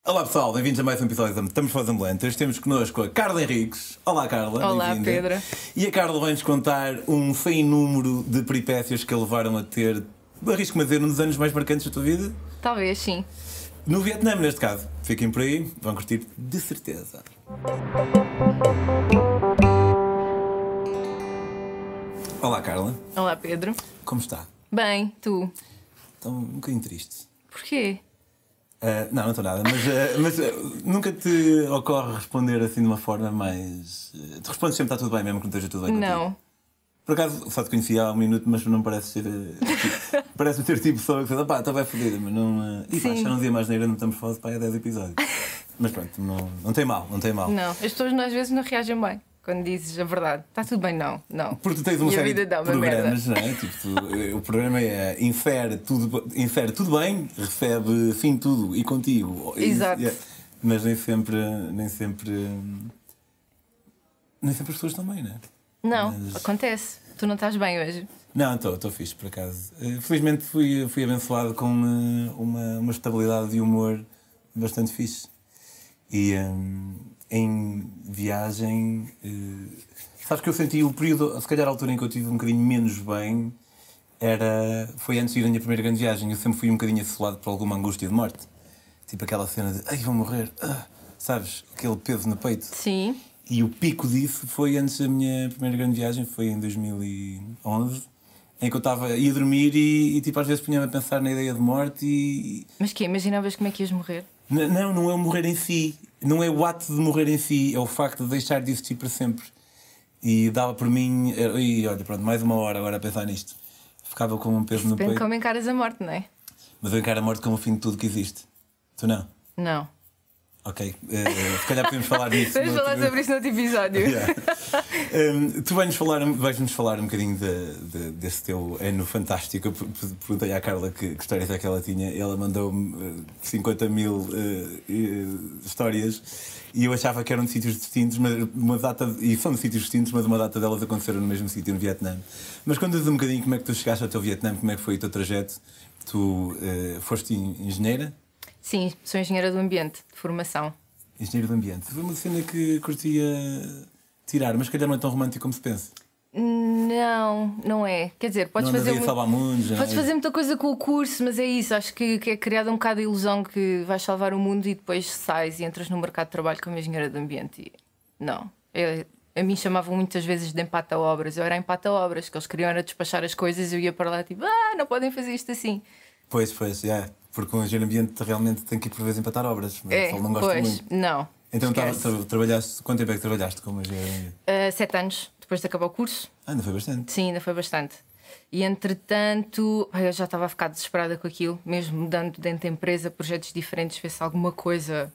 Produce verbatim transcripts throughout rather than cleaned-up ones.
Olá pessoal, bem-vindos a mais um episódio da Estamos Fãs Ambulantes. Temos connosco a Carla Henriques. Olá Carla, Olá bem-vinda. Pedro. E a Carla vai-nos contar um sem número de peripécias que a levaram a ter, arrisco-me a dizer, um dos anos mais marcantes da tua vida. Talvez, sim. No Vietnã, neste caso. Fiquem por aí, vão curtir de certeza. Olá Carla. Olá Pedro. Como está? Bem, tu? Estou um bocadinho triste. Porquê? Uh, não, não estou nada, mas, uh, mas uh, nunca te ocorre responder assim de uma forma mais. Uh, te respondes sempre está tudo bem, mesmo que não esteja tudo bem contigo? Não. Por acaso, só te conhecia há um minuto, mas não parece ser. Uh, tipo, parece-me ter tipo pessoa que diz, pá, está bem fodida, mas não. Uh, e pá, já não dizia mais neira, não estamos falando para aí há dez episódios. Mas pronto, não, não tem mal, não tem mal. Não, as pessoas às vezes não reagem bem quando dizes a verdade. Está tudo bem, não, não. Porque tu tens uma e série a vida de dá uma programas, merda. não é? Tipo, tu, o programa é infere tudo, infere tudo bem, recebe fim tudo e contigo. Exato. E, mas nem sempre, nem sempre. Nem sempre as pessoas estão bem, não é? Não, mas... acontece. Tu não estás bem hoje? Não, estou, estou fixe, por acaso. Felizmente fui, fui abençoado com uma, uma, uma estabilidade de humor bastante fixe. E um, em viagem. Uh, sabes que eu senti o período, se calhar a altura em que eu estive um bocadinho menos bem, era, foi antes de ir à minha primeira grande viagem. Eu sempre fui um bocadinho assolado por alguma angústia de morte. Tipo aquela cena de, ai, vou morrer. Ah, sabes? Aquele peso no peito. Sim. E o pico disso foi antes da minha primeira grande viagem, foi em dois mil e onze, em que eu estava, ia dormir e, e tipo, às vezes punha-me a pensar na ideia de morte e... Mas que imaginavas como é que ias morrer? N- não, não é o morrer em si. Não é o ato de morrer em si, é o facto de deixar de existir para sempre. E dava por mim, e olha, pronto, mais uma hora agora a pensar nisto. Ficava com um peso no Depende de peito. como encaras a morte, não é? Mas eu encaro a morte como o fim de tudo que existe. Tu não? Não. Ok, uh, se calhar podemos falar disso. Vamos falar outro... sobre isso no outro episódio. Yeah. Um, tu vais-nos falar, vais-nos falar um bocadinho de, de, desse teu ano fantástico. Eu perguntei à Carla que, que histórias é que ela tinha. Ela mandou-me uh, cinquenta mil uh, uh, histórias e eu achava que eram de sítios distintos, mas uma data, e são de sítios distintos, mas uma data delas aconteceram no mesmo sítio, no Vietnã. Mas conta-nos um bocadinho como é que tu chegaste ao teu Vietnã, como é que foi o teu trajeto. Tu uh, foste engenheira? Sim, sou engenheira do ambiente, de formação. Engenheiro do ambiente. Foi uma cena que curtia tirar, mas se calhar não é tão romântico como se pensa. Não, não é. Quer dizer, podes não fazer. Muito... salvar mundos, podes é? fazer muita coisa com o curso, mas é isso. Acho que, que é criada um bocado a ilusão que vais salvar o mundo e depois sais e entras no mercado de trabalho como engenheira do ambiente. E... Não. É... A mim chamavam muitas vezes de empata-obras. Eu era empata-obras, que eles queriam era despachar as coisas e eu ia para lá tipo, ah, não podem fazer isto assim. Pois, pois, é. Yeah. Porque um engenheiro ambiente realmente tem que ir por vezes empatar obras. Mas é, o não gosta pois, muito. Não. Então tra tra trabalhaste. Quanto tempo é que trabalhaste como engenheiro ambiente? Uh, sete anos, depois de acabar o curso. Ah, ainda foi bastante. Sim, ainda foi bastante. E entretanto, eu já estava a ficar desesperada com aquilo, mesmo mudando dentro da empresa, projetos diferentes, ver se alguma coisa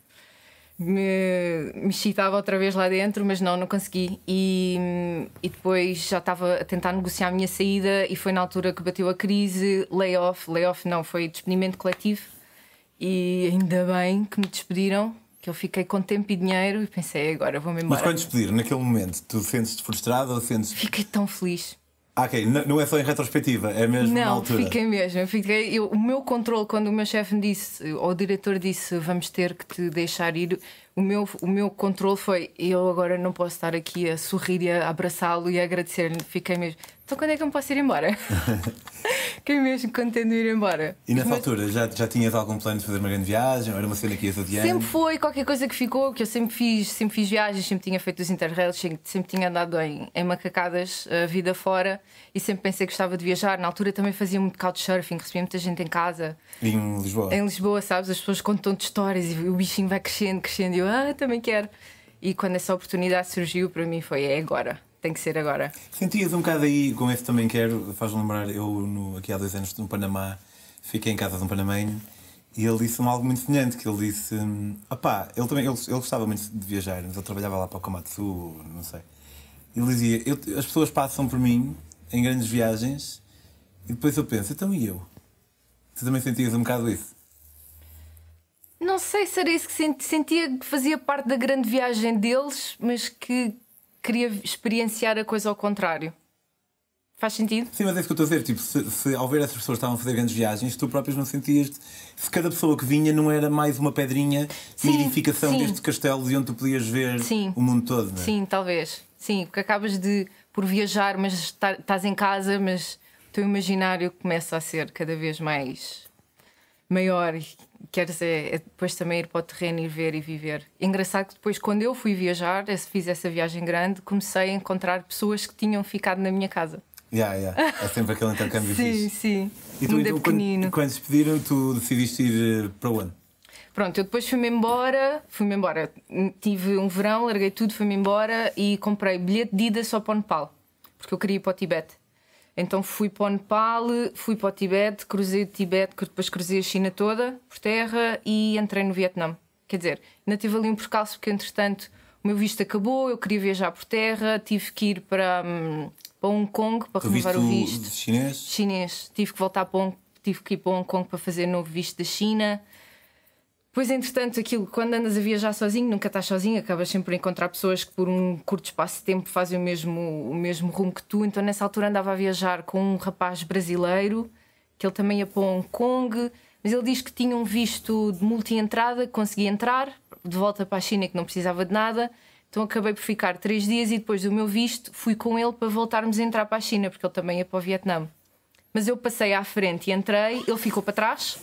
me, me excitava outra vez lá dentro, mas não, não consegui. E, e depois já estava a tentar negociar a minha saída e foi na altura que bateu a crise, layoff, layoff não, foi despedimento coletivo. E ainda bem que me despediram, que eu fiquei com tempo e dinheiro e pensei, agora vou-me embora. Mas quando despediram, naquele momento, tu sentes-te frustrado ou sentes... Fiquei tão feliz. Ah, ok, N não é só em retrospectiva, é mesmo não, na altura. Não, fiquei mesmo. Fiquei, eu, o meu controle, quando o meu chefe me disse, ou o diretor disse, vamos ter que te deixar ir, o meu, o meu controle foi, eu agora não posso estar aqui a sorrir e a abraçá-lo e a agradecer-lhe. Fiquei mesmo, então quando é que eu me posso ir embora? Fiquei mesmo contente de ir embora. E nessa Mas, altura já, já tinhas algum plano de fazer uma grande viagem? Ou era uma cena que ias adiante? Sempre foi qualquer coisa que ficou, que eu sempre fiz, sempre fiz viagens, sempre tinha feito os interrails, sempre, sempre tinha andado em, em macacadas a vida fora e sempre pensei que gostava de viajar. Na altura também fazia muito couchsurfing, recebia muita gente em casa. Em Lisboa? Em Lisboa, sabes? As pessoas contam-te histórias e o bichinho vai crescendo, crescendo e eu, ah, também quero. E quando essa oportunidade surgiu, para mim foi, é agora. Tem que ser agora. Sentias um bocado aí, com esse também quero, faz-me lembrar, eu no, aqui há dois anos no Panamá, fiquei em casa de um panamenho e ele disse-me algo muito semelhante, que ele disse, opá, ele também, ele, ele gostava muito de viajar, mas ele trabalhava lá para o Komatsu, não sei. Ele dizia, eu, as pessoas passam por mim em grandes viagens e depois eu penso, então e eu? Tu também sentias um bocado isso? Não sei se era isso que sentia, que fazia parte da grande viagem deles, mas que queria experienciar a coisa ao contrário. Faz sentido? Sim, mas é isso que eu estou a dizer. Tipo, se, se ao ver essas pessoas que estavam a fazer grandes viagens, tu próprias não sentias. Se cada pessoa que vinha não era mais uma pedrinha de edificação sim. deste castelo de onde tu podias ver sim. o mundo todo, não é? Sim, talvez. Sim, porque acabas de por viajar, mas estás em casa, mas o teu imaginário começa a ser cada vez mais maior. E queres é, é depois também ir para o terreno, ir ver e viver. É engraçado que depois, quando eu fui viajar, fiz essa viagem grande, comecei a encontrar pessoas que tinham ficado na minha casa. Yeah, yeah. É sempre aquele intercâmbio sim, fixe. Sim, sim. E tu, então, quando, quando se despediram, tu decidiste ir para onde? Pronto, eu depois fui-me embora, fui-me embora. Tive um verão, larguei tudo, fui-me embora e comprei bilhete de ida só para o Nepal, porque eu queria ir para o Tibete. Então fui para o Nepal, fui para o Tibete, cruzei o Tibete, depois cruzei a China toda, por terra, e entrei no Vietnã. Quer dizer, ainda tive ali um percalço, porque entretanto o meu visto acabou, eu queria viajar por terra, tive que ir para, hum, para Hong Kong para renovar o visto. Chinês? Chinês. Tive que voltar para Hong, tive que ir para Hong Kong para fazer novo visto da China. Pois, entretanto, aquilo, quando andas a viajar sozinho, nunca estás sozinho, acabas sempre por encontrar pessoas que por um curto espaço de tempo fazem o mesmo, o mesmo rumo que tu. Então nessa altura andava a viajar com um rapaz brasileiro, que ele também ia para Hong Kong, mas ele diz que tinha um visto de multi-entrada, que conseguia entrar de volta para a China, que não precisava de nada. Então acabei por ficar três dias e depois do meu visto fui com ele para voltarmos a entrar para a China, porque ele também ia para o Vietnã. Mas eu passei à frente e entrei, ele ficou para trás.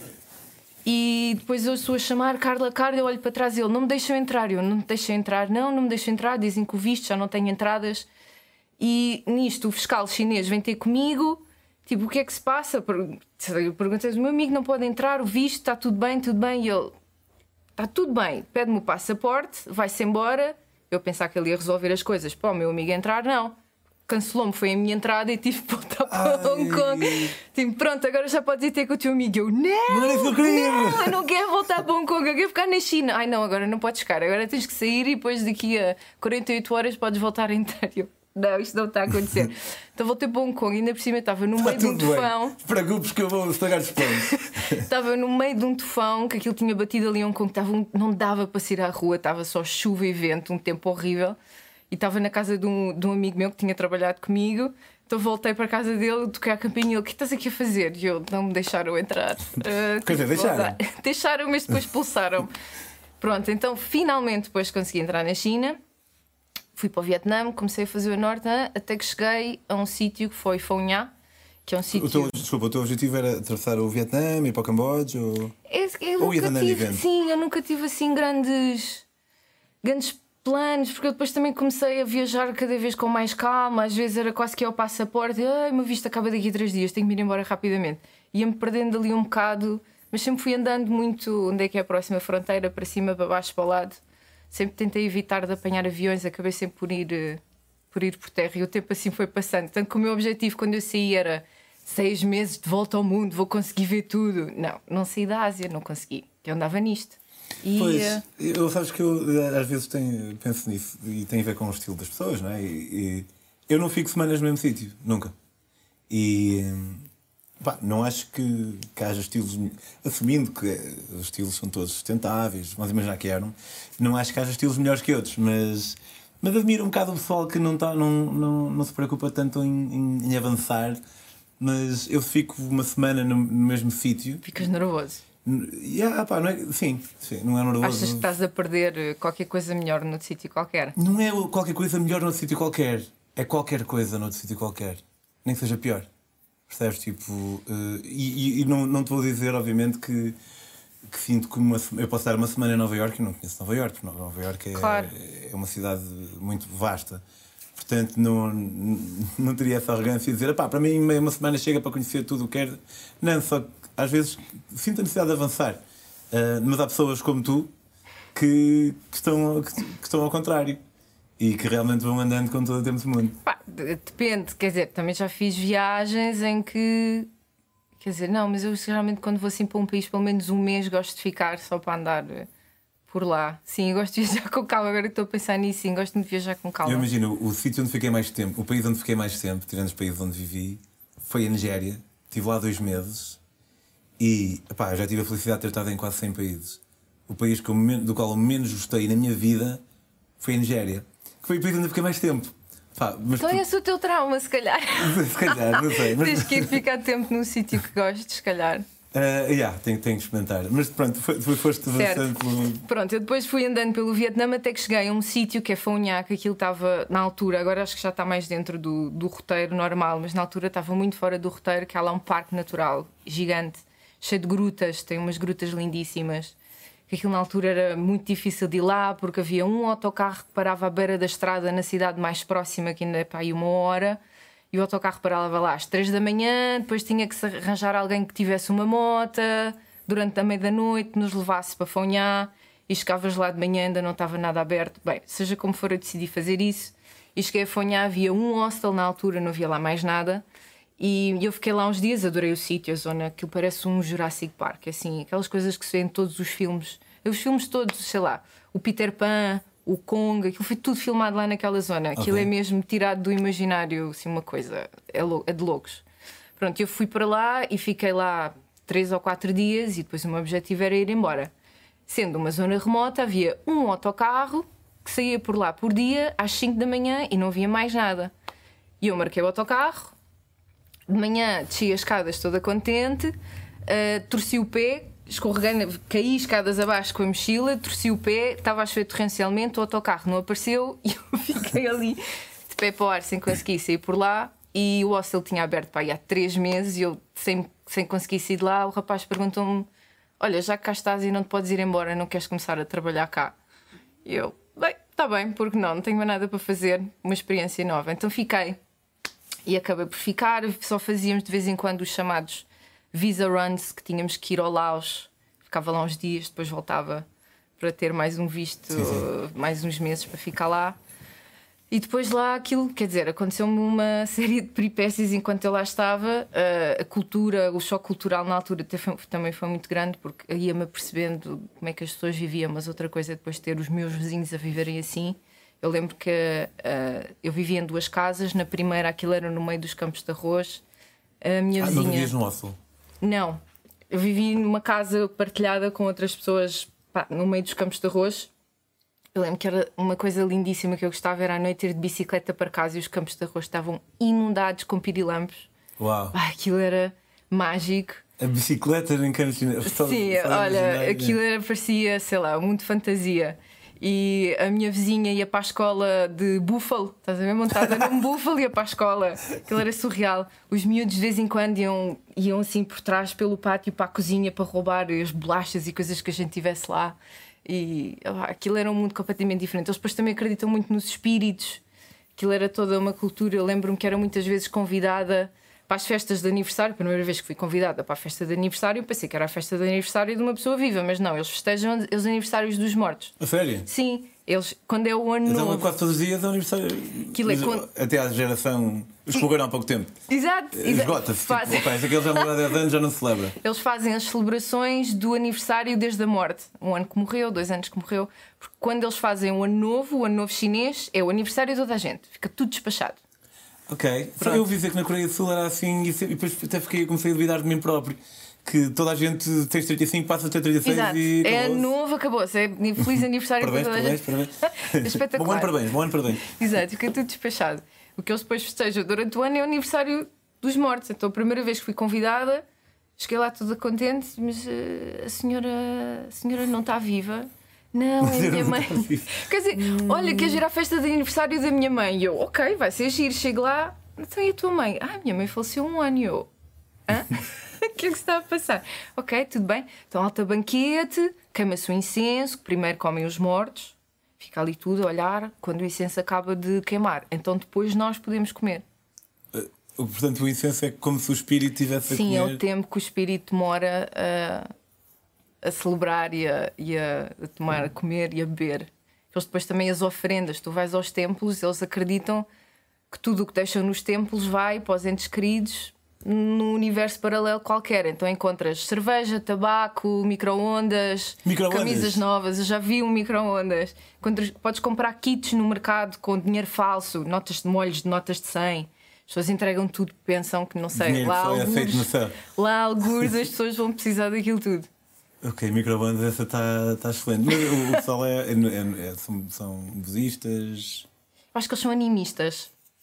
E depois eu sou a chamar Carla, Carla, eu olho para trás e ele não me deixam entrar. Eu não me deixo entrar, não, não me deixam entrar. Dizem que o visto já não tem entradas. E nisto o fiscal chinês vem ter comigo. Tipo, o que é que se passa? Eu perguntei, o meu amigo não pode entrar, o visto, está tudo bem, tudo bem. E ele, está tudo bem, pede-me o passaporte, vai-se embora. Eu pensava que ele ia resolver as coisas para o meu amigo entrar, não. Cancelou-me, foi a minha entrada e tive que voltar para Hong Kong. Tipo, pronto, agora já podes ir ter com o teu amigo. Eu, não, não, não, não, eu não quero voltar para Hong Kong, eu quero ficar na China. Ai não, agora não podes ficar, agora tens que sair e depois daqui a quarenta e oito horas podes voltar a entrar. Eu, não, isto não está a acontecer. Então voltei para Hong Kong e ainda por cima estava no meio de um tufão. Preocupes que eu vou estragar os planos. Estava no meio de um tufão, que aquilo tinha batido ali em Hong Kong, estava um, não dava para sair à rua, estava só chuva e vento, um tempo horrível. E estava na casa de um, de um amigo meu que tinha trabalhado comigo. Então voltei para a casa dele, toquei a campainha e ele, o que estás aqui a fazer? E eu, não me deixaram entrar. Uh, Quer dizer, deixaram? Deixaram, mas depois expulsaram. Pronto, então finalmente depois consegui entrar na China. Fui para o Vietnã, comecei a fazer o norte, até que cheguei a um sítio que foi Phou Nha, que é um sítio... O teu, desculpa, o teu objetivo era atravessar o Vietnã, ir para o Camboja? Ou, eu, eu ou ir andando tive, de sim, eu nunca tive assim grandes... grandes planos, porque eu depois também comecei a viajar cada vez com mais calma. Às vezes era quase que ao passaporte, ai, meu visto acaba daqui a três dias, tenho que ir embora rapidamente. Ia-me perdendo ali um bocado, mas sempre fui andando muito onde é que é a próxima fronteira, para cima, para baixo, para o lado. Sempre tentei evitar de apanhar aviões, acabei sempre por ir, por ir por terra e o tempo assim foi passando. Tanto que o meu objetivo quando eu saí era seis meses de volta ao mundo, vou conseguir ver tudo. Não, não saí da Ásia, não consegui, eu andava nisto. E... Pois, eu sabes que eu às vezes tenho, penso nisso e tem a ver com o estilo das pessoas, não é? E, e eu não fico semanas no mesmo sítio, nunca. E pá, não acho que, que haja estilos, assumindo que os estilos são todos sustentáveis, vamos imaginar que eram, não acho que haja estilos melhores que outros, mas, mas admiro um bocado o pessoal que não, tá, não, não, não se preocupa tanto em, em, em avançar, mas eu fico uma semana no, no mesmo sítio. Ficas nervoso. Yeah, pá, não é, sim, sim, não é nervoso. Achas que estás a perder qualquer coisa melhor noutro sítio qualquer? Não é qualquer coisa melhor noutro sítio qualquer. É qualquer coisa noutro sítio qualquer. Nem que seja pior. Percebes? Tipo, uh, e, e, e não, não te vou dizer, obviamente, que, que sinto que uma, eu posso dar uma semana em Nova Iorque e não conheço Nova Iorque. Nova Iorque é, claro. é uma cidade muito vasta. Portanto, não, não teria essa arrogância de dizer, pá, para mim uma semana chega para conhecer tudo o que quero. Não, só que às vezes sinto a necessidade de avançar. Uh, mas há pessoas como tu que, que, estão, que, que estão ao contrário e que realmente vão andando com todo o tempo do mundo. Pá, depende, quer dizer, também já fiz viagens em que, quer dizer, não, mas eu geralmente quando vou assim para um país pelo menos um mês gosto de ficar só para andar por lá. Sim, eu gosto de viajar com calma, agora que estou a pensar nisso, sim, gosto muito de viajar com calma. Eu imagino, o sítio onde fiquei mais tempo, o país onde fiquei mais tempo, tirando os países onde vivi, foi a Nigéria. Estive lá dois meses e epá, já tive a felicidade de ter estado em quase cem países. O país que eu, do qual eu menos gostei na minha vida foi a Nigéria, que foi o país onde fiquei mais tempo. Pá, mas então tu... é esse o teu trauma, se calhar. Se calhar, não sei. Mas... Tens que ir ficar tempo num sítio que gostes, se calhar. Uh, yeah, tenho, tenho que experimentar. Mas pronto, foi, foi, foste avançando pelo... Pronto, eu depois fui andando pelo Vietnã até que cheguei a um sítio que é Phou Nha, que aquilo estava na altura, agora acho que já está mais dentro do, do roteiro normal, mas na altura estava muito fora do roteiro, que há lá um parque natural gigante, cheio de grutas, tem umas grutas lindíssimas. Que aquilo na altura era muito difícil de ir lá, porque havia um autocarro que parava à beira da estrada na cidade mais próxima, que ainda é para aí uma hora. E o autocarro parava lá às três da manhã, depois tinha que se arranjar alguém que tivesse uma moto, durante a meia da noite, nos levasse para Phou Nha, e chegavas lá de manhã, ainda não estava nada aberto. Bem, seja como for, eu decidi fazer isso. E cheguei a Phou Nha, havia um hostel na altura, não havia lá mais nada. E eu fiquei lá uns dias, adorei o sítio, a zona, aquilo parece um Jurassic Park, assim, aquelas coisas que se vê em todos os filmes. Os filmes todos, sei lá, o Peter Pan, o Kong, aquilo foi tudo filmado lá naquela zona. Aquilo okay. é mesmo tirado do imaginário, assim, uma coisa, é, é de loucos. Pronto, eu fui para lá e fiquei lá três ou quatro dias e depois o meu objetivo era ir embora. Sendo uma zona remota, havia um autocarro que saía por lá por dia às cinco da manhã e não havia mais nada. E eu marquei o autocarro, de manhã desci as escadas toda contente, uh, torci o pé, escorreguei, caí escadas abaixo com a mochila, torci o pé, estava a chover torrencialmente, o autocarro não apareceu e eu fiquei ali de pé para o ar sem conseguir sair por lá. E o hostel tinha aberto para aí há três meses e eu, sem, sem conseguir sair de lá, o rapaz perguntou-me: olha, já que cá estás e não te podes ir embora, não queres começar a trabalhar cá? E eu, bem, está bem, porque não, não tenho mais nada para fazer, uma experiência nova. Então fiquei e acabei por ficar, só fazíamos de vez em quando os chamados visa runs, que tínhamos que ir ao Laos, ficava lá uns dias, depois voltava para ter mais um visto, sim, sim. mais uns meses para ficar lá. E depois lá aquilo, quer dizer, aconteceu-me uma série de peripécias enquanto eu lá estava. A cultura, o choque cultural na altura também foi muito grande, porque ia-me apercebendo como é que as pessoas viviam, mas outra coisa é depois ter os meus vizinhos a viverem assim. Eu lembro que uh, eu vivia em duas casas, na primeira aquilo era no meio dos campos de arroz. A minha ah, vizinha... não vivias no hostel? Não, eu vivi numa casa partilhada com outras pessoas, pá, no meio dos campos de arroz. Eu lembro que era uma coisa lindíssima que eu gostava, era à noite ir de bicicleta para casa e os campos de arroz estavam inundados com pirilampos. Uau! Ah, aquilo era mágico. A bicicleta em campos de arroz? Sim, olha, aquilo era, parecia, sei lá, muito fantasia. E a minha vizinha ia para a escola de búfalo, estás a ver? Montada num búfalo e ia para a escola. Aquilo era surreal. Os miúdos de vez em quando iam, iam assim por trás pelo pátio para a cozinha para roubar as bolachas e coisas que a gente tivesse lá. E ah, aquilo era um mundo completamente diferente. Eles depois também acreditam muito nos espíritos. Aquilo era toda uma cultura. Eu lembro-me que era muitas vezes convidada para as festas de aniversário. A primeira vez que fui convidada para a festa de aniversário, eu pensei que era a festa de aniversário de uma pessoa viva, mas não, eles festejam os aniversários dos mortos. A sério? Sim, eles, quando é o ano então, novo. quase todos os dias é o aniversário. Aquilo é quando... Até à geração. Os que morreram há pouco tempo. Exato. Esgota-se. Fazem... Tipo, okay, aquele já morreu há dez anos, já não se celebra. Eles fazem as celebrações do aniversário desde a morte. Um ano que morreu, dois anos que morreu. Porque quando eles fazem o ano novo, o ano novo chinês, é o aniversário de toda a gente. Fica tudo despachado. Ok. Pronto. Eu ouvi dizer que na Coreia do Sul era assim e depois até fiquei, comecei a duvidar de mim próprio. Que toda a gente tem trinta e cinco, passa a ter trinta e seis. Exato. E é novo, acabou-se. É feliz aniversário para toda a gente. Parabéns, parabéns. Espetacular. Bom ano, parabéns, bom ano, parabéns. Exato, fica tudo despachado. O que eles depois festejam durante o ano é o aniversário dos mortos. Então a primeira vez que fui convidada, cheguei lá toda contente, mas uh, a senhora a senhora não está viva. Não, é a minha mãe. Quer dizer, hum. olha, quer ir à festa de aniversário da minha mãe. E eu, ok, vai ser giro. Chego lá, então e a tua mãe? Ah, minha mãe faleceu um ano. E eu, hã? O que é que se está a passar? Ok, tudo bem. Então, alta banquete, queima-se o incenso, primeiro comem os mortos, fica ali tudo a olhar. Quando o incenso acaba de queimar, então depois nós podemos comer. Uh, portanto, o incenso é como se o espírito tivesse Sim, a comer. é o tempo que o espírito demora a, a celebrar e, a, e a, a tomar, a comer e a beber. Eles depois também as ofrendas. Tu vais aos templos, eles acreditam que tudo o que deixam nos templos vai para os entes queridos num universo paralelo qualquer. Então encontras cerveja, tabaco, micro-ondas, micro-ondas. Camisas novas. Eu já vi um micro-ondas. Encontras, podes comprar kits no mercado com dinheiro falso, notas de molhos de notas de cem. As pessoas entregam tudo, pensam que não sei. Dinheiro lá, que algures, lá algures as pessoas vão precisar daquilo tudo. Ok, micro-ondas, essa está tá excelente. Mas o pessoal é, é, é, é, são, são budistas. Eu acho que eles são animistas.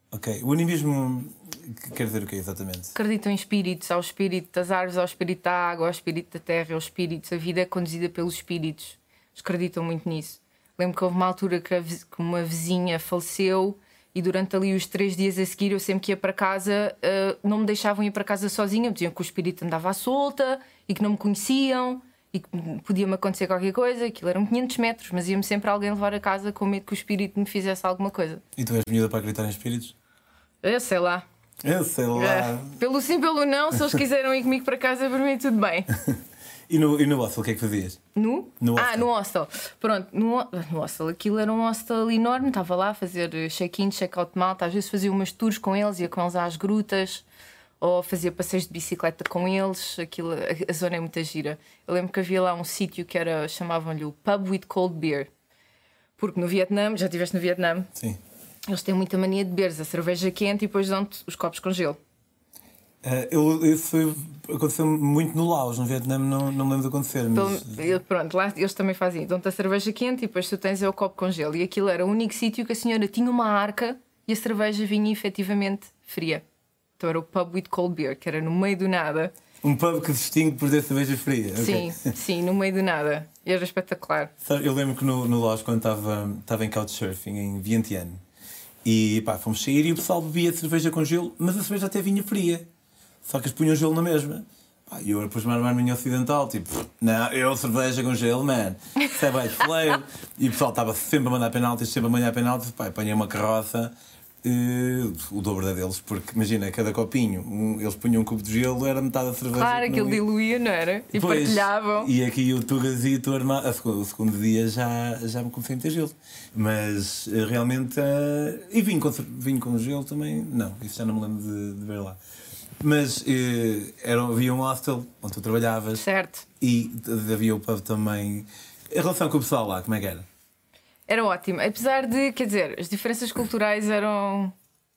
Ok. O animismo quer dizer o quê exatamente? Acreditam em espíritos, ao espírito das árvores, ao espírito da água, ao espírito da terra, aos espíritos. A vida é conduzida pelos espíritos. Eles acreditam muito nisso. Lembro que houve uma altura que, a, que uma vizinha faleceu e durante ali os três dias a seguir eu sempre que ia para casa uh, não me deixavam ir para casa sozinha. Me diziam que o espírito andava à solta e que não me conheciam e que podia-me acontecer qualquer coisa. Aquilo eram quinhentos metros, mas ia-me sempre alguém levar a casa com medo que o espírito me fizesse alguma coisa. E tu és miúda para acreditar em espíritos? Eu sei lá. Eu sei lá. É, pelo sim, pelo não, se eles quiseram ir comigo para casa, para mim tudo bem. E no, e no hostel, o que é que fazias? No? No ah, hostel. no hostel. Pronto, no, no hostel. Aquilo era um hostel enorme, estava lá a fazer check-in, check-out de malta. Às vezes fazia umas tours com eles, ia com eles às grutas, ou fazia passeios de bicicleta com eles. Aquilo, a, a zona é muita gira. Eu lembro que havia lá um sítio que era, chamavam-lhe o Pub with Cold Beer. Porque no Vietnã, já estiveste no Vietnã? Sim. Eles têm muita mania de beberes a cerveja quente e depois dão-te os copos com gelo. Uh, eu, isso aconteceu muito no Laos, no Vietnã não, não me lembro de acontecer. Mas... Então, pronto, lá eles também fazem. Dão-te a cerveja quente e depois tu tens é o copo com gelo. E aquilo era o único sítio que a senhora tinha uma arca e a cerveja vinha efetivamente fria. Então era o Pub with Cold Beer, que era no meio do nada. Um pub que distingue por ter cerveja fria. Sim, okay. sim, no meio do nada. E era espetacular. Eu lembro que no, no Laos, quando estava, estava em couchsurfing, em Vientiane, e pá, fomos sair e o pessoal bebia cerveja com gelo, mas a cerveja até vinha fria. Só que eles punham gelo na mesma. E eu depois me armar minha ocidental, tipo, não, eu cerveja com gelo, man, isso é bem fleiro. E o pessoal estava sempre a mandar penaltis, sempre a mandar penaltis, pá, apanhei uma carroça, uh, o dobro da deles, porque imagina, cada copinho, um, eles punham um cubo de gelo, era metade da cerveja. Claro, aquilo diluía, não era? E pois, partilhavam. E aqui o Tugas e tu armar, o segundo dia já, já me comecei a meter gelo. Mas uh, realmente, uh, e vinho com, vinho com gelo também, não, isso já não me lembro de, de ver lá. Mas eh, era, havia um hostel onde tu trabalhavas. Certo. E havia o pub também. A relação com o pessoal lá, como é que era? Era ótimo. Apesar de, quer dizer, as diferenças culturais eram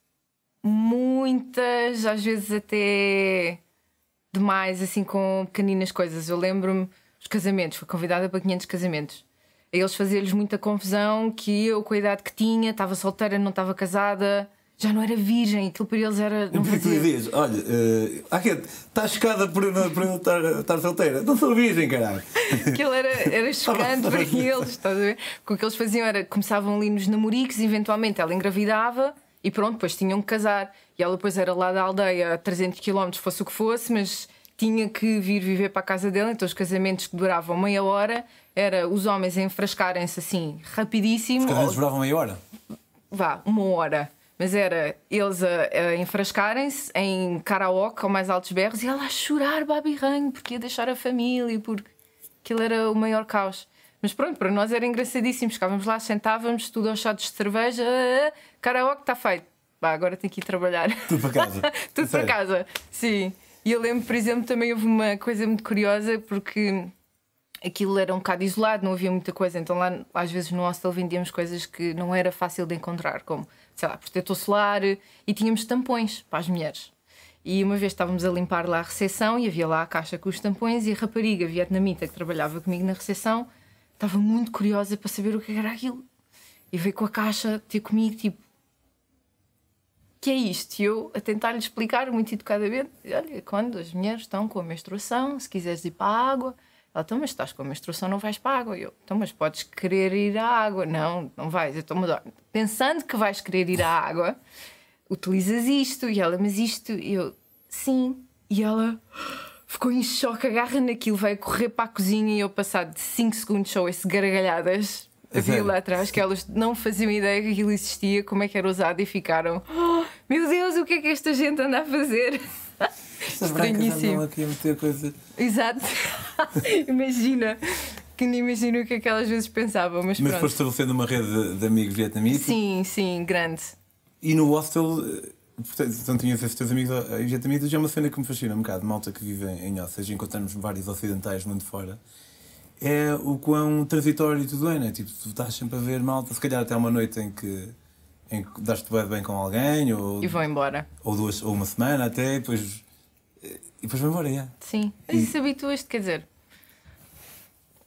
muitas, às vezes até demais, assim, com pequeninas coisas. Eu lembro-me dos casamentos, fui convidada para quinhentos casamentos. A eles fazia-lhes muita confusão que eu, com a idade que tinha, estava solteira, não estava casada. Já não era virgem, aquilo para eles era. Não fazia... Tu dizias, olha, uh, ah, estás chocada por, por eu estar, estar solteira? Não sou virgem, caralho. Aquilo era, era chocante para eles, estás a ver? O que eles faziam era, começavam ali nos namoricos, eventualmente ela engravidava e pronto, depois tinham que casar. E ela depois era lá da aldeia a trezentos quilómetros, fosse o que fosse, mas tinha que vir viver para a casa dele. Então os casamentos que duravam meia hora, era os homens a enfrascarem-se assim, rapidíssimo. Os casamentos duravam meia hora? Vá, uma hora. Mas era eles a, a enfrascarem-se em karaoke, com mais altos berros, e ela a chorar babirranho, porque ia deixar a família, porque aquilo era o maior caos. Mas pronto, para nós era engraçadíssimo. Ficávamos lá, sentávamos, tudo aos chatos de cerveja, ah, karaoke está feito. Bah, agora tenho que ir trabalhar. Tudo para casa. Tudo para casa, sim. E eu lembro, por exemplo, também houve uma coisa muito curiosa, porque aquilo era um bocado isolado, não havia muita coisa. Então lá, às vezes no hostel vendíamos coisas que não era fácil de encontrar, como, sei lá, protetor solar, e tínhamos tampões para as mulheres. E uma vez estávamos a limpar lá a recepção e havia lá a caixa com os tampões, e a rapariga vietnamita que trabalhava comigo na recepção estava muito curiosa para saber o que era aquilo. E veio com a caixa ter comigo, tipo, o que é isto? E eu a tentar-lhe explicar muito educadamente: olha, quando as mulheres estão com a menstruação, se quiseres ir para a água. Ela: então, mas estás com a menstruação, não vais para a água. Eu: então, mas podes querer ir à água. Não, não vais. Eu: mas, pensando que vais querer ir à água, utilizas isto. E ela: mas isto? E eu: sim. E ela ficou em choque, agarra naquilo, vai correr para a cozinha, e eu, passado de cinco segundos, só esse gargalhadas. Havia lá atrás que elas não faziam ideia que aquilo existia, como é que era usado, e ficaram: oh, meu Deus, o que é que esta gente anda a fazer? Estranhíssimo. Aqui a meter coisa. Exato. Imagina, que nem imagino o que aquelas vezes pensavam. Mas, mas foste estabelecendo uma rede de, de amigos vietnamitas? Sim, sim, grande. E no hostel, portanto, então tinhas esses teus amigos vietnamitas. Já é uma cena que me fascina um bocado, malta que vive em Ossa, seja, encontramos vários ocidentais muito fora. É o quão transitório tudo é, né? Tipo, tu estás sempre a ver malta, se calhar até uma noite em que, em que dás-te bem com alguém, ou, e vão embora. Ou, duas, ou uma semana até, e depois, e depois vão embora, já. Sim, mas isso habituas-te, quer dizer,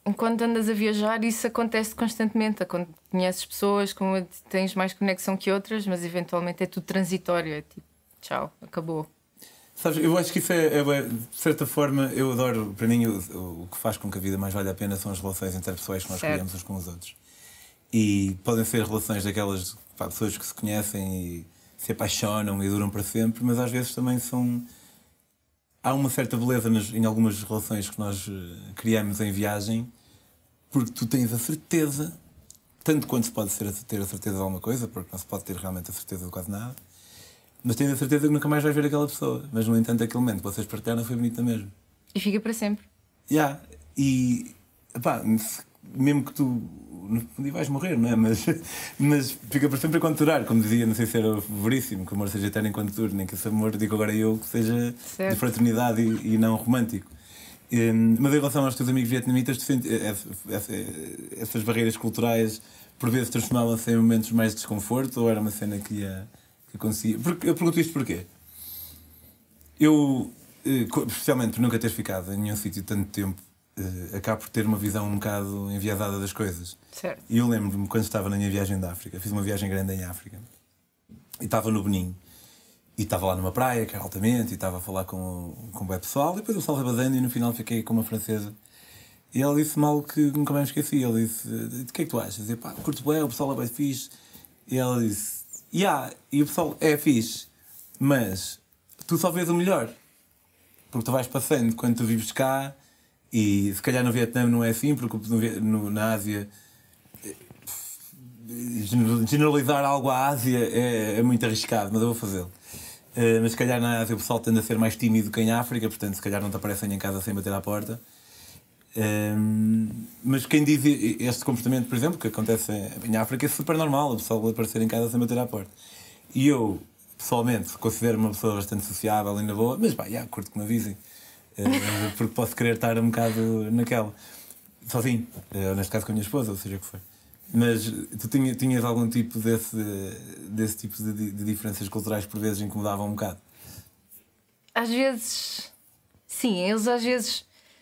enquanto andas a viajar, isso acontece constantemente. Quando conheces pessoas, com tens mais conexão que outras, mas eventualmente é tudo transitório. É tipo, tchau, acabou. Sabes, eu acho que isso é, é de certa forma, eu adoro, para mim, o, o que faz com que a vida mais vale a pena são as relações interpessoais que nós certo. criamos uns com os outros. E podem ser relações daquelas, pá, pessoas que se conhecem e se apaixonam e duram para sempre, mas às vezes também são... Há uma certa beleza nas, em algumas relações que nós criamos em viagem, porque tu tens a certeza, tanto quanto se pode ser, ter a certeza de alguma coisa, porque não se pode ter realmente a certeza de quase nada, mas tens a certeza que nunca mais vais ver aquela pessoa. Mas, no entanto, aquele momento que vocês partilharam foi bonito mesmo. E fica para sempre. Yeah. E, pá, mesmo que tu não vais morrer, não é? Mas, mas fica para sempre enquanto durar. Como dizia, não sei se era veríssimo, que o amor seja eterno enquanto dure, nem que esse amor, digo agora eu, que seja certo. de fraternidade e, e não romântico. Um, mas em relação aos teus amigos vietnamitas, tu sentes, essa, essas barreiras culturais por vezes transformavam-se em momentos mais de desconforto, ou era uma cena que ia... Conseguia. Porque, eu pergunto isto porquê? Eu, especialmente por nunca ter ficado em nenhum sítio tanto tempo, acabo por ter uma visão um bocado enviesada das coisas. Certo. E eu lembro-me quando estava na minha viagem da África, fiz uma viagem grande em África, e estava no Benin, e estava lá numa praia, que era altamente, e estava a falar com, com o pessoal, e depois o pessoal rabadando, e no final fiquei com uma francesa. E ela disse-me algo que nunca mais me esqueci. Ela disse: de que é que tu achas? Eu disse: pá, curto bem, o pessoal é bem fixe. E ela disse: yeah, e o pessoal é fixe, mas tu só vês o melhor, porque tu vais passando quando tu vives cá, e se calhar no Vietnã não é assim, porque no, no, na Ásia generalizar algo à Ásia é, é muito arriscado, mas eu vou fazê-lo. Uh, mas se calhar na Ásia o pessoal tende a ser mais tímido que em África, portanto se calhar não te aparecem em casa sem bater à porta. Um, mas quem diz este comportamento, por exemplo, que acontece em África, é super normal, o pessoal aparecer em casa sem bater à porta. E eu, pessoalmente, considero uma pessoa bastante sociável e na boa, mas pá, já, curto que me avisem, uh, porque posso querer estar um bocado naquela, sozinho, uh, ou neste caso com a minha esposa, ou seja o que for. Mas tu tinhas, tinhas algum tipo desse, desse tipo de, de diferenças culturais que por vezes incomodavam um bocado? Às vezes, sim, eles às vezes.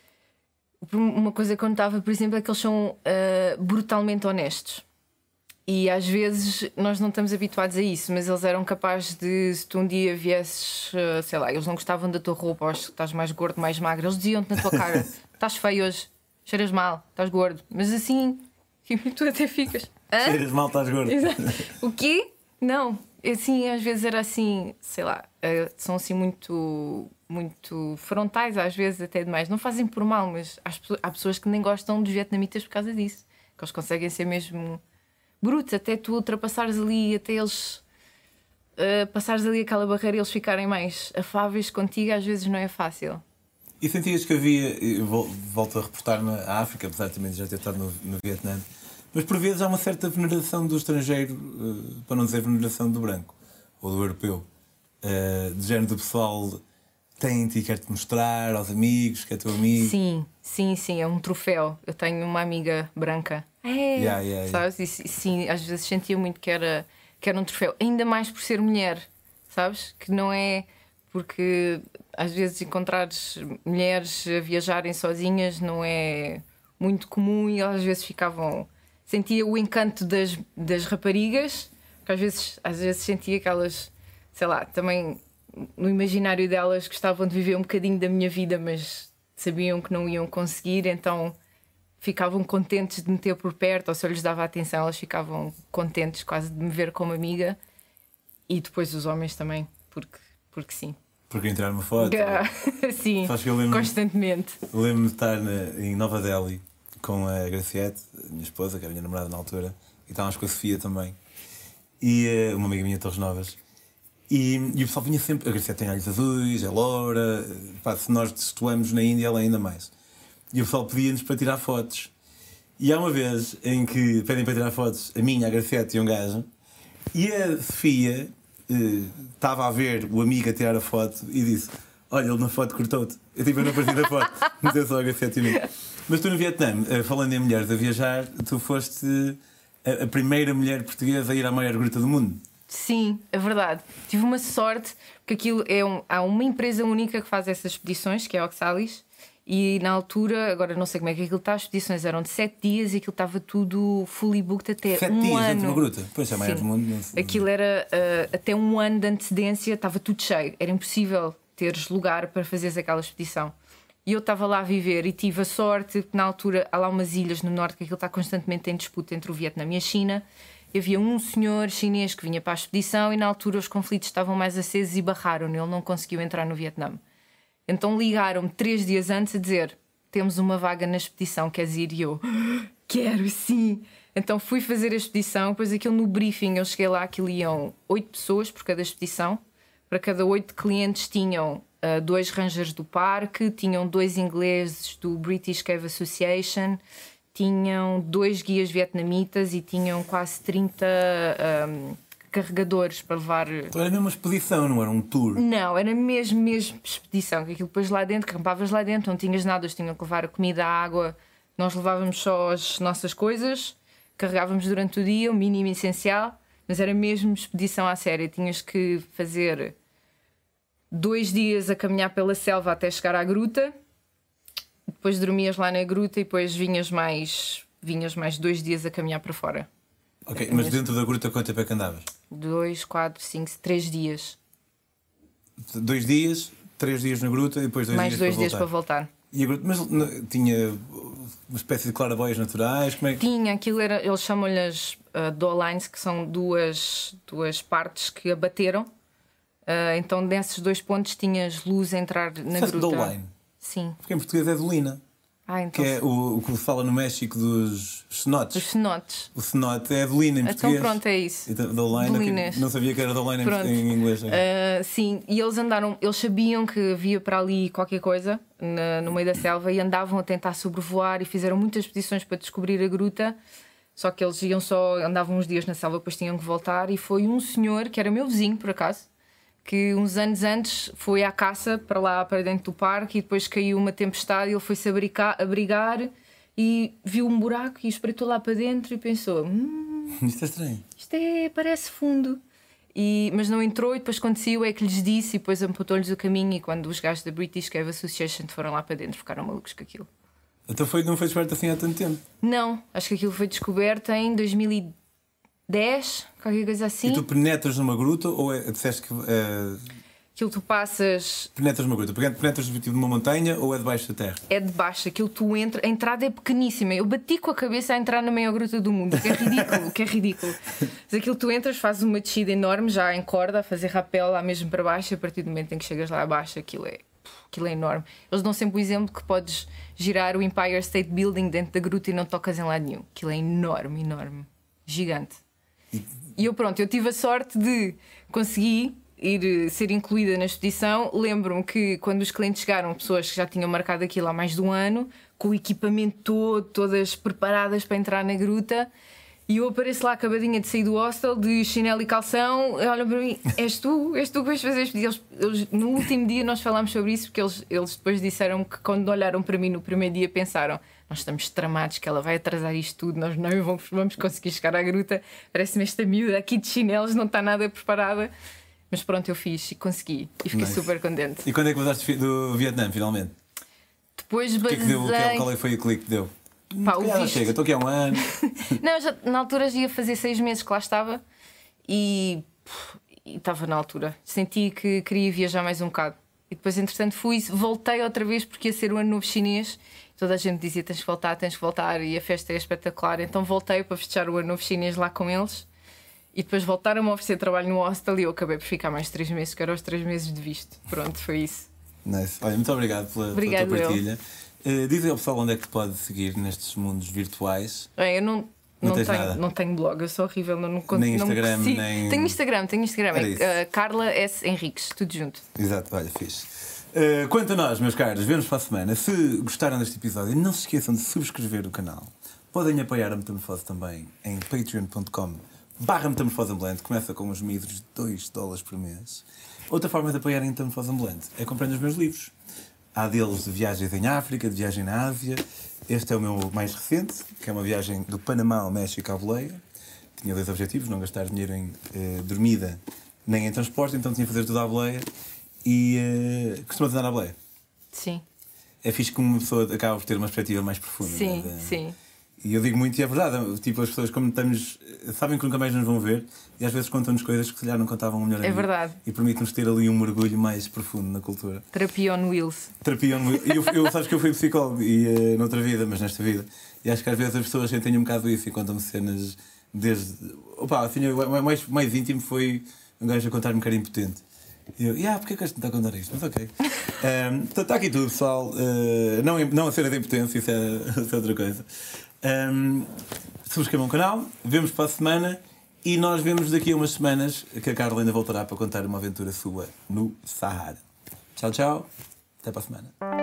Uma coisa que eu notava, por exemplo, é que eles são uh, brutalmente honestos. E às vezes nós não estamos habituados a isso, mas eles eram capazes de, se tu um dia viesses, uh, sei lá, eles não gostavam da tua roupa, ou acho que estás mais gordo, mais magro, eles diziam-te na tua cara: estás feio hoje, cheiras mal, estás gordo. Mas assim, tu até ficas: hã? Cheiras mal, estás gordo. O quê? Não, assim, às vezes era assim, sei lá, uh, são assim muito... muito frontais, às vezes até demais. Não fazem por mal, mas há pessoas que nem gostam dos vietnamitas por causa disso, que eles conseguem ser mesmo brutos, até tu ultrapassares ali, até eles uh, passares ali aquela barreira e eles ficarem mais afáveis contigo, às vezes não é fácil. E sentias que havia, eu volto a reportar-me à África, apesar de também já ter estado no, no Vietnã, mas por vezes há uma certa veneração do estrangeiro, uh, para não dizer veneração do branco ou do europeu, uh, de género do pessoal tem-te e quer-te mostrar aos amigos, que é teu amigo. Sim, sim, sim, é um troféu. Eu tenho uma amiga branca. É, yeah, yeah, sabes? Yeah. E, sim, às vezes sentia muito que era, que era um troféu. Ainda mais por ser mulher, sabes? Que não é... Porque às vezes encontrares mulheres a viajarem sozinhas não é muito comum e às vezes ficavam... Sentia o encanto das, das raparigas, que às vezes, às vezes sentia que elas, sei lá, também... no imaginário delas gostavam de viver um bocadinho da minha vida, mas sabiam que não iam conseguir, então ficavam contentes de me ter por perto, ou se eu lhes dava atenção elas ficavam contentes quase de me ver como amiga. E depois os homens também, porque, porque sim. Porque entrar numa foto? Sim, lembro, constantemente. Lembro-me de estar na, em Nova Delhi com a Graciete, a minha esposa, que era a minha namorada na altura, e estávamos com a Sofia também, e uh, uma amiga minha de Torres Novas. E, e o pessoal vinha sempre. A Graciete tem olhos azuis, é loura. Pá, se nós destoamos na Índia, ela ainda mais. E o pessoal pedia-nos para tirar fotos. E há uma vez em que pedem para tirar fotos a minha, a Graciete e um gajo. E a Sofia estava eh, a ver o amigo a tirar a foto e disse: olha, ele na foto cortou-te. Eu tive a não partir da foto. Meteu só a Graciete e o amigo. Mas tu no Vietnã, falando em mulheres a viajar, tu foste a, a primeira mulher portuguesa a ir à maior gruta do mundo. Sim, é verdade. Tive uma sorte, porque aquilo é um, há uma empresa única que faz essas expedições, que é a Oxalis, E na altura, agora não sei como é que aquilo está, as expedições eram de sete dias e aquilo estava tudo fully booked até Sete um dias ano. dentro de uma gruta? Pois é, a maior do mundo. Não sei. Aquilo era uh, até um ano de antecedência, estava tudo cheio. Era impossível teres lugar para fazeres aquela expedição. E eu estava lá a viver e tive a sorte que na altura há lá umas ilhas no norte que aquilo está constantemente em disputa entre o Vietnã e a China. E havia um senhor chinês que vinha para a expedição e na altura os conflitos estavam mais acesos e barraram-no. Ele não conseguiu entrar no Vietnã. Então ligaram-me três dias antes a dizer: temos uma vaga na expedição, queres ir? E eu, quero sim! Então fui fazer a expedição, depois aquilo no briefing eu cheguei lá que iam oito pessoas por cada expedição. Para cada oito clientes tinham uh, dois rangers do parque, tinham dois ingleses do British Cave Association, tinham dois guias vietnamitas e tinham quase trinta um, carregadores para levar. Então era mesmo uma expedição, não era um tour? Não, era mesmo, mesmo expedição. Que aquilo depois lá dentro, acampavas lá dentro, não tinhas nada, eles tinham que levar a comida, a água. Nós levávamos só as nossas coisas, carregávamos durante o dia, o mínimo essencial, mas era mesmo expedição à séria. Tinhas que fazer dois dias a caminhar pela selva até chegar à gruta, depois dormias lá na gruta e depois vinhas mais, vinhas mais dois dias a caminhar para fora. Ok, mas dentro da gruta quanto tempo é que andavas? Dois, quatro, cinco, três dias. Dois dias, três dias na gruta e depois dois mais dias dois para dias voltar. para voltar. E a gruta, mas não, tinha uma espécie de claraboias naturais? Como é que... Tinha, aquilo era, eles chamam-lhe as uh, dolines, que são duas, duas partes que abateram. Uh, então nesses dois pontos tinhas luz a entrar na Faz gruta. Doline? Sim. Porque em português é dolina. Ah, então Que é o, o que se fala no México dos cenotes. os cenotes. O cenote é dolina em Então português. pronto, é isso. Então, doline, Dolinas. não sabia que era doline em, Pronto. em inglês. Uh, sim, e eles andaram, eles sabiam que havia para ali qualquer coisa na, no meio da selva e andavam a tentar sobrevoar e fizeram muitas expedições para descobrir a gruta. Só que eles iam só, andavam uns dias na selva, depois tinham que voltar. E foi um senhor, que era meu vizinho por acaso, que uns anos antes foi à caça para lá, para dentro do parque, e depois caiu uma tempestade e ele foi-se abrigar, abrigar e viu um buraco e espreitou lá para dentro e pensou: hum, Isto é estranho. isto é, parece fundo. E, mas não entrou e depois quando saiu é que lhes disse e depois amputou-lhes o caminho e quando os gajos da British Cave Association foram lá para dentro ficaram malucos com aquilo. Então foi, não foi descoberto assim há tanto tempo. Não, acho que aquilo foi descoberto em dois mil e dez, qualquer coisa assim. E tu penetras numa gruta ou é, disseste que uh, Aquilo tu passas. penetras numa gruta? Penetras tipo numa montanha ou é debaixo da terra? É de baixo, aquilo tu entra, a entrada é pequeníssima. Eu bati com a cabeça a entrar na maior gruta do mundo, o que é ridículo, o que é ridículo. Mas aquilo tu entras, fazes uma descida enorme, já em corda, a fazer rapel lá mesmo para baixo, e a partir do momento em que chegas lá abaixo, aquilo é, aquilo é enorme. Eles dão sempre o exemplo que podes girar o Empire State Building dentro da gruta e não tocas em lado nenhum. Aquilo é enorme, enorme, gigante. E eu pronto, eu tive a sorte de conseguir ir ser incluída na expedição. Lembro-me que quando os clientes chegaram, pessoas que já tinham marcado aquilo há mais de um ano, com o equipamento todo, todas preparadas para entrar na gruta, e eu apareço lá acabadinha de sair do hostel, de chinelo e calção, olham para mim: és tu? És tu que vais fazer isto? Eles, eles, no último dia nós falámos sobre isso, porque eles, eles depois disseram que quando olharam para mim no primeiro dia pensaram: nós estamos tramados que ela vai atrasar isto tudo, nós não vamos, vamos conseguir chegar à gruta, parece-me esta miúda aqui de chinelos, não está nada preparada. Mas pronto, eu fiz e consegui e fiquei Nice. super contente. E quando é que voltaste do Vietnã, finalmente? Depois O que é que deu? basei... Qual, qual é que foi o clique que deu? Pá, Se o calhar visto. chega, estou aqui há um ano. Não, já, na altura já ia fazer seis meses que lá estava e, pff, e estava na altura. Senti que queria viajar mais um bocado. E depois, entretanto, fui, voltei outra vez porque ia ser o ano novo chinês. Toda a gente dizia: tens que voltar, tens que voltar, e a festa é espetacular. Então voltei para festejar o ano novo chinês lá com eles. E depois voltaram-me a oferecer trabalho no hostel e eu acabei por ficar mais três meses, que eram os três meses de visto. Pronto, foi isso. Nice. Olha, muito obrigado pela, pela Obrigado, tua partilha. Uh, diz aí ao pessoal onde é que te pode seguir nestes mundos virtuais. Bem, eu não, Não não, tens tenho, nada? não tenho blog, eu sou horrível, não, não, Nem não me Instagram, consigo. nem- Tenho Instagram, tenho Instagram. Era isso. É, uh, Carla S. Henriques, tudo junto. Exato, olha, fixe. Uh, quanto a nós, meus caros, vemos para a semana. Se gostaram deste episódio, não se esqueçam de subscrever o canal. Podem apoiar a Metamorfose também em patreon ponto com barra Metamorfose Ambulante. Começa com os míseros dois dólares por mês. Outra forma de apoiarem a Metamorfose Ambulante é comprando os meus livros. Há deles de viagens em África, de viagem na Ásia. Este é o meu mais recente, que é uma viagem do Panamá ao México à boleia. Tinha dois objetivos: não gastar dinheiro em uh, dormida nem em transporte, então tinha que fazer tudo à boleia. E uh, costumas andar à boleia? Sim. é fixe que uma pessoa acaba por ter uma perspectiva mais profunda. Sim, né? sim. E eu digo muito, e é verdade, tipo, as pessoas como estamos, sabem que nunca mais nos vão ver e às vezes contam-nos coisas que se calhar não contavam melhor a É mim. verdade. E permite-nos ter ali um mergulho mais profundo na cultura. Terapia on wheels. Terapia on wheels. E eu, eu sabes que eu fui psicólogo e, uh, noutra vida, mas nesta vida. E acho que às vezes as pessoas sentem um bocado isso e contam-me cenas desde. Opa, assim, o mais, mais íntimo foi um gajo a contar-me que era impotente. E eu, ah, porque é que este me está a contar isto? Mas ok. um, está aqui tudo, pessoal. Uh, não, não a cena de impotência, isso é, isso é outra coisa. Um, subscrevam o canal, vemos para a semana e nós vemos daqui a umas semanas que a Carla ainda voltará para contar uma aventura sua no Sahara. Tchau, tchau. Até para a semana.